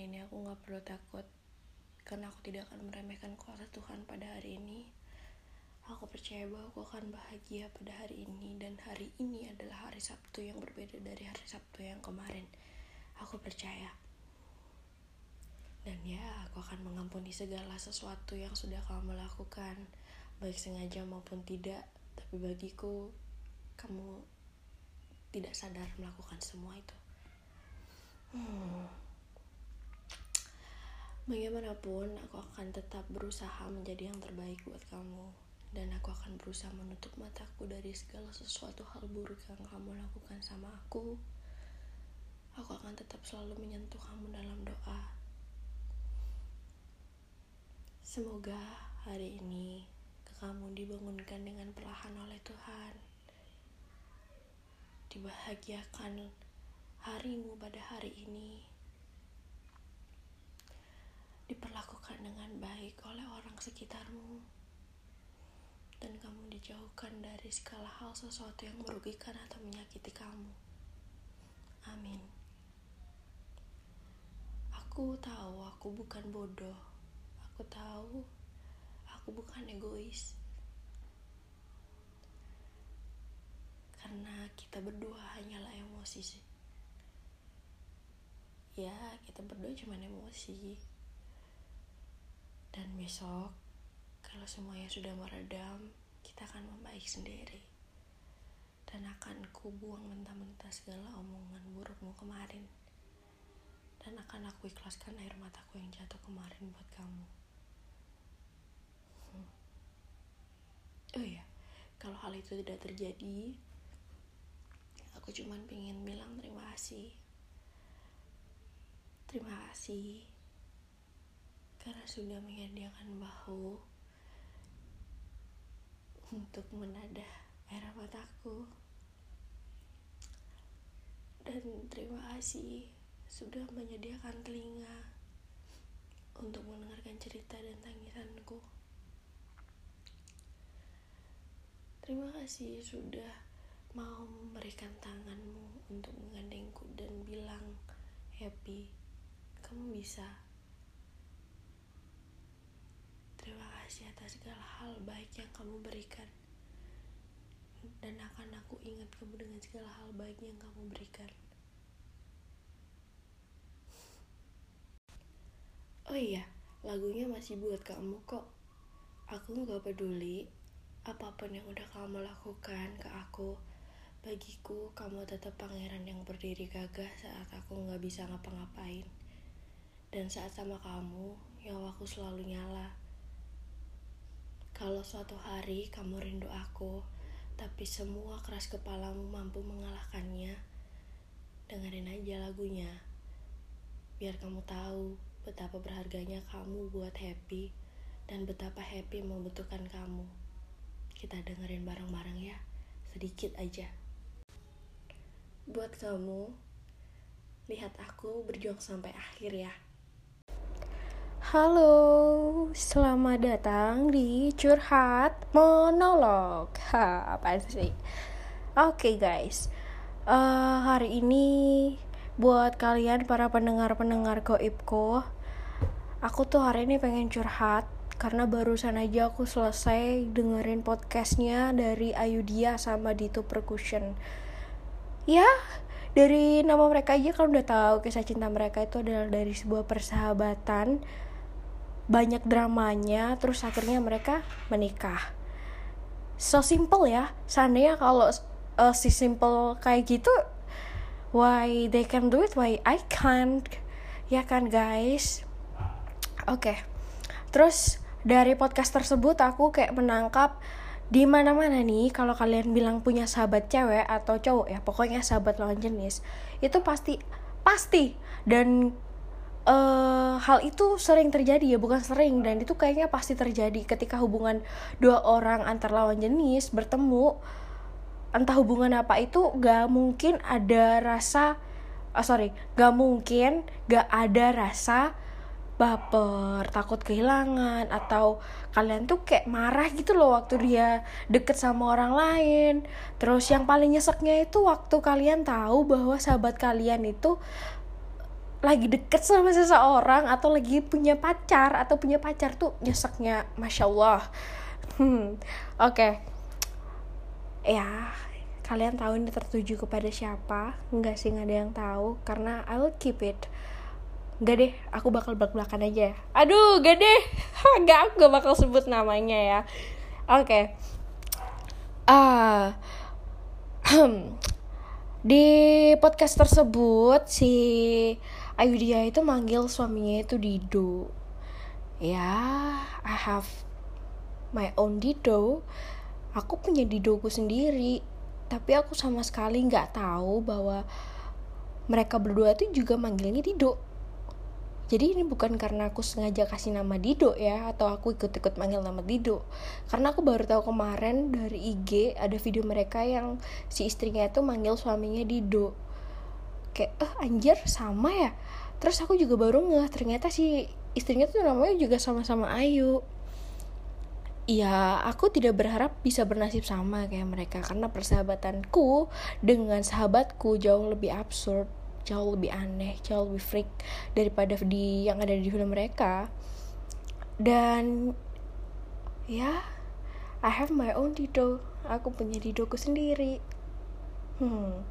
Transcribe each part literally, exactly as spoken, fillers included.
hari ini aku gak perlu takut, karena aku tidak akan meremehkan kuasa Tuhan pada hari ini. Aku percaya bahwa aku akan bahagia pada hari ini, dan hari ini adalah hari Sabtu yang berbeda dari hari Sabtu yang kemarin. Aku percaya. Dan ya, aku akan mengampuni segala sesuatu yang sudah kamu lakukan, baik sengaja maupun tidak. Tapi bagiku, kamu tidak sadar melakukan semua itu. Hmm. Bagaimanapun, aku akan tetap berusaha menjadi yang terbaik buat kamu. Dan aku akan berusaha menutup mataku dari segala sesuatu hal buruk yang kamu lakukan sama aku. Aku akan tetap selalu menyentuh kamu dalam doa. Semoga hari ini kamu dibangunkan dengan perlahan oleh Tuhan. Dibahagiakan harimu pada hari ini. Diperlakukan dengan baik oleh orang sekitarmu. Dan kamu dijauhkan dari segala hal sesuatu yang merugikan atau menyakiti kamu. Amin. Aku tahu aku bukan bodoh. Aku tahu aku bukan egois. Karena kita berdua hanyalah emosi sih. Ya, kita berdua cuma emosi. Dan besok, kalau semuanya sudah meredam, kita akan membaik sendiri. Dan akan ku buang mentah-mentah segala omongan burukmu kemarin. Dan akan aku ikhlaskan air mataku yang jatuh kemarin buat kamu. Hmm. Oh ya, kalau hal itu tidak terjadi, aku cuma pengen bilang terima kasih. Terima kasih karena sudah menyediakan bahu untuk menadah air mataku. Dan terima kasih sudah menyediakan telinga untuk mendengarkan cerita dan tangisanku. Terima kasih sudah mau memberikan tanganmu untuk menggandengku dan bilang, "Happy, kamu bisa." Terima kasih atas segala hal baik yang kamu berikan. Dan akan aku ingat kamu dengan segala hal baik yang kamu berikan. Oh iya, lagunya masih buat kamu kok. Aku gak peduli apapun yang udah kamu lakukan ke aku. Bagiku, kamu tetap pangeran yang berdiri gagah saat aku gak bisa ngapa-ngapain. Dan saat sama kamu, nyawaku selalu nyala. Kalau suatu hari kamu rindu aku, tapi semua keras kepalamu mampu mengalahkannya, dengerin aja lagunya. Biar kamu tahu betapa berharganya kamu buat Happy, dan betapa Happy membutuhkan kamu. Kita dengerin bareng-bareng ya, sedikit aja. Buat kamu, lihat aku berjuang sampai akhir ya. Halo, selamat datang di Curhat Monolog. Ha, apaan sih? Oke okay, guys, uh, hari ini buat kalian para pendengar-pendengar Goibko, aku tuh hari ini pengen curhat karena barusan aja aku selesai dengerin podcastnya dari Ayudhya sama Dito Percussion. Ya, dari nama mereka aja kan udah tahu kisah cinta mereka itu adalah dari sebuah persahabatan, banyak dramanya, terus akhirnya mereka menikah. So simple ya. Seandainya kalau uh, si simple kayak gitu, why they can do it, why I can't? Ya kan guys. Oke okay. Terus dari podcast tersebut aku kayak menangkap di mana-mana nih kalau kalian bilang punya sahabat cewek atau cowok ya, pokoknya sahabat lawan jenis, itu pasti pasti dan Uh, hal itu sering terjadi ya, bukan sering, dan itu kayaknya pasti terjadi ketika hubungan dua orang antar lawan jenis bertemu. Entah hubungan apa itu, gak mungkin ada rasa oh sorry, gak mungkin gak ada rasa baper, takut kehilangan, atau kalian tuh kayak marah gitu loh waktu dia deket sama orang lain. Terus yang paling nyeseknya itu waktu kalian tahu bahwa sahabat kalian itu lagi deket sama seseorang atau lagi punya pacar atau punya pacar tuh nyeseknya masya Allah. hmm, oke okay. Ya, kalian tahu ini tertuju kepada siapa? Enggak sih, nggak ada yang tahu karena I will keep it. Enggak deh, aku bakal belak-belakan aja. Aduh, enggak deh. Enggak, aku gak bakal sebut namanya ya. Oke. Okay. Ah. Uh, di podcast tersebut si Ayudhya itu manggil suaminya itu Dido. Ya, I have my own Dido. Aku punya Didoku sendiri. Tapi aku sama sekali nggak tahu bahwa mereka berdua itu juga manggilnya Dido. Jadi ini bukan karena aku sengaja kasih nama Dido ya, atau aku ikut-ikut manggil nama Dido. Karena aku baru tahu kemarin dari I G ada video mereka yang si istrinya itu manggil suaminya Dido. Kayak, eh anjir sama ya. Terus aku juga baru ngeh, ternyata si istrinya tuh namanya juga sama-sama Ayu. Ya, aku tidak berharap bisa bernasib sama kayak mereka, karena persahabatanku dengan sahabatku jauh lebih absurd, jauh lebih aneh, jauh lebih freak daripada di yang ada di film mereka. Dan ya, I have my own Dido. Aku punya Didoku sendiri. Hmm.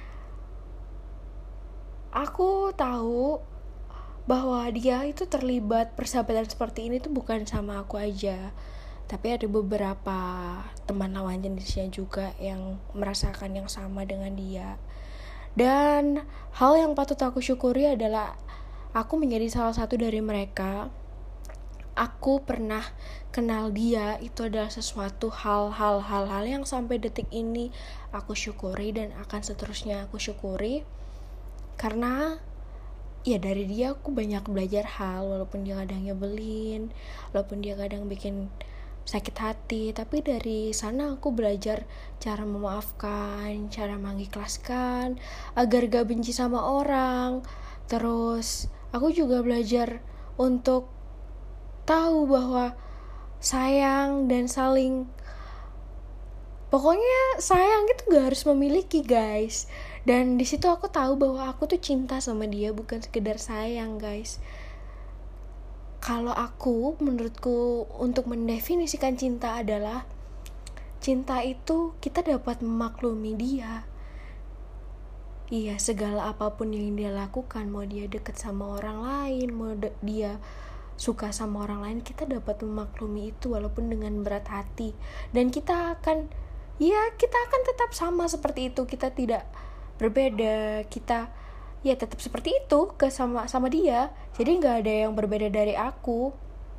Aku tahu bahwa dia itu terlibat persahabatan seperti ini tuh bukan sama aku aja, tapi ada beberapa teman lawan jenisnya juga yang merasakan yang sama dengan dia. Dan hal yang patut aku syukuri adalah aku menjadi salah satu dari mereka. Aku pernah kenal dia, itu adalah sesuatu hal-hal hal-hal yang sampai detik ini aku syukuri dan akan seterusnya aku syukuri. Karena ya dari dia aku banyak belajar hal, walaupun dia kadang nyebelin, walaupun dia kadang bikin sakit hati, tapi dari sana aku belajar cara memaafkan, cara mengikhlaskan agar gak benci sama orang. Terus aku juga belajar untuk tahu bahwa sayang dan saling, pokoknya sayang itu gak harus memiliki, guys. Dan di situ aku tahu bahwa aku tuh cinta sama dia, bukan sekedar sayang, guys. Kalau aku, menurutku untuk mendefinisikan cinta adalah cinta itu kita dapat memaklumi dia. Iya, segala apapun yang dia lakukan, mau dia deket sama orang lain, mau de- dia suka sama orang lain, kita dapat memaklumi itu walaupun dengan berat hati. Dan kita akan, ya kita akan tetap sama seperti itu, kita tidak berbeda, kita ya tetap seperti itu ke sama sama dia. Jadi nggak ada yang berbeda dari aku.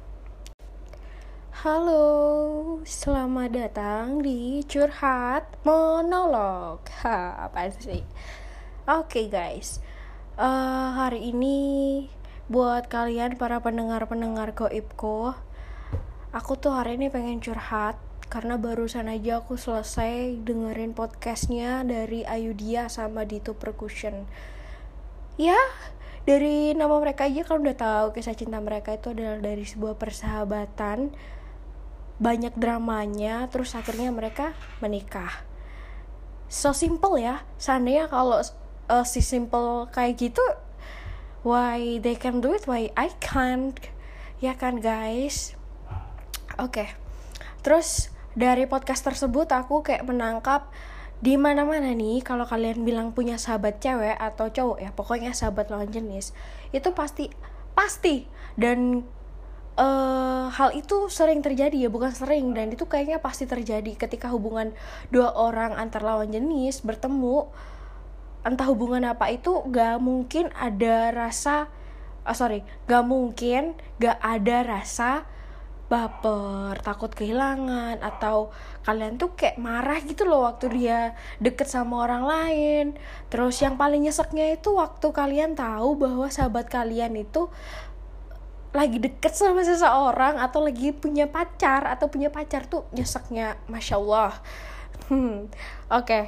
Halo, selamat datang di Curhat Monolog. Ha, apa sih? Oke okay, guys, uh, hari ini buat kalian para pendengar-pendengar Goibko, aku tuh hari ini pengen curhat. Karena barusan aja aku selesai dengerin podcastnya dari Ayudhya sama Dito Percussion. Ya, dari nama mereka aja kan udah tahu kisah cinta mereka itu adalah dari sebuah persahabatan, banyak dramanya, terus akhirnya mereka menikah. So simple ya. Seandainya kalau uh, si simple kayak gitu, why they can do it, why I can't? Ya kan guys. Oke. Okay. Terus dari podcast tersebut aku kayak menangkap di mana-mana nih kalau kalian bilang punya sahabat cewek atau cowok ya, pokoknya sahabat lawan jenis, itu pasti pasti dan uh, hal itu sering terjadi ya, bukan sering, dan itu kayaknya pasti terjadi ketika hubungan dua orang antar lawan jenis bertemu. Entah hubungan apa itu, gak mungkin ada rasa oh sorry gak mungkin gak ada rasa baper, takut kehilangan, atau kalian tuh kayak marah gitu loh waktu dia deket sama orang lain. Terus yang paling nyeseknya itu waktu kalian tahu bahwa sahabat kalian itu lagi deket sama seseorang atau lagi punya pacar atau punya pacar tuh nyeseknya masya Allah. hmm, Oke okay.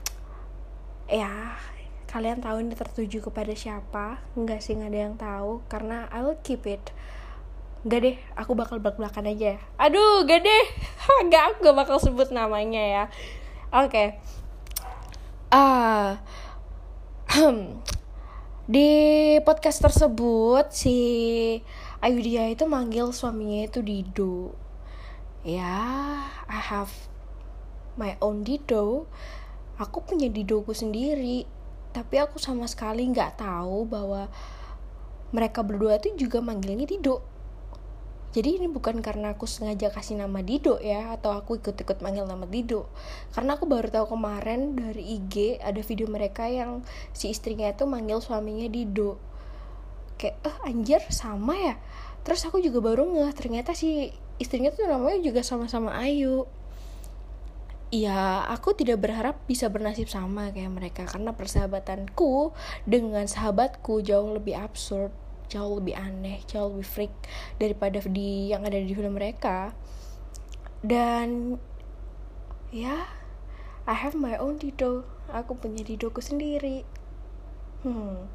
Ya, kalian tahu ini tertuju kepada siapa? Enggak sih, nggak ada yang tahu karena I will keep it. Gak deh, aku bakal belak-belakan aja. Aduh, gak deh. Gak, aku gak bakal sebut namanya ya. Oke. Okay. Ah. Uh, Di podcast tersebut si Ayudhya itu manggil suaminya itu Dido. Ya, I have my own Dido. Aku punya Didoku sendiri. Tapi aku sama sekali gak tahu bahwa mereka berdua itu juga manggilnya Dido. Jadi ini bukan karena aku sengaja kasih nama Dido ya, atau aku ikut-ikut manggil nama Dido. Karena aku baru tahu kemarin dari I G ada video mereka yang si istrinya itu manggil suaminya Dido. Kayak, eh anjir sama ya. Terus aku juga baru ngeh, ternyata si istrinya tuh namanya juga sama-sama Ayu. Ya, aku tidak berharap bisa bernasib sama kayak mereka, karena persahabatanku dengan sahabatku jauh lebih absurd, jauh lebih aneh, jauh lebih freak daripada di yang ada di film mereka. Dan ya, I have my own Dido. Aku punya Didoku sendiri. Hmm.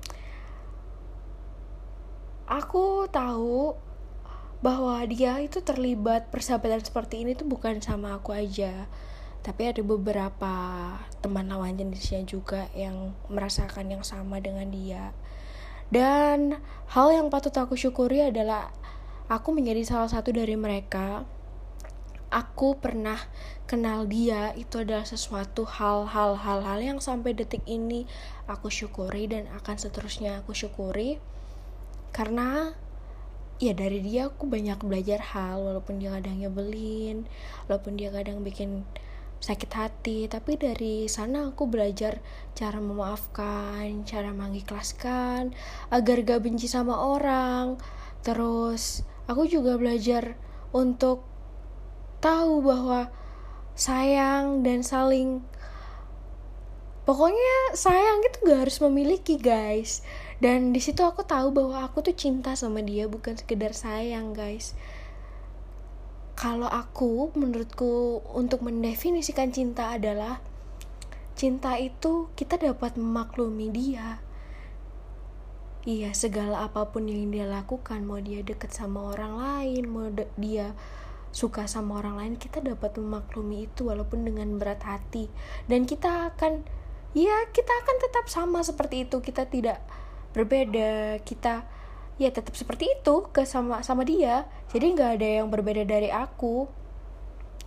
Aku tahu bahwa dia itu terlibat persahabatan seperti ini tuh bukan sama aku aja, tapi ada beberapa teman lawan jenisnya juga yang merasakan yang sama dengan dia. Dan hal yang patut aku syukuri adalah aku menjadi salah satu dari mereka. Aku pernah kenal dia, itu adalah sesuatu hal-hal hal-hal yang sampai detik ini aku syukuri dan akan seterusnya aku syukuri. Karena ya dari dia aku banyak belajar hal, walaupun dia kadang nyebelin, walaupun dia kadang bikin sakit hati, tapi dari sana aku belajar cara memaafkan, cara mengikhlaskan agar gak benci sama orang. Terus aku juga belajar untuk tahu bahwa sayang dan saling, pokoknya sayang itu gak harus memiliki, guys. Dan di situ aku tahu bahwa aku tuh cinta sama dia, bukan sekedar sayang, guys. Kalau aku, menurutku untuk mendefinisikan cinta adalah cinta itu kita dapat memaklumi dia. Iya, segala apapun yang dia lakukan, mau dia deket sama orang lain, mau de- dia suka sama orang lain, kita dapat memaklumi itu walaupun dengan berat hati. Dan kita akan, ya kita akan tetap sama seperti itu, kita tidak berbeda, kita ya tetap seperti itu ke sama sama dia. Jadi nggak ada yang berbeda dari aku.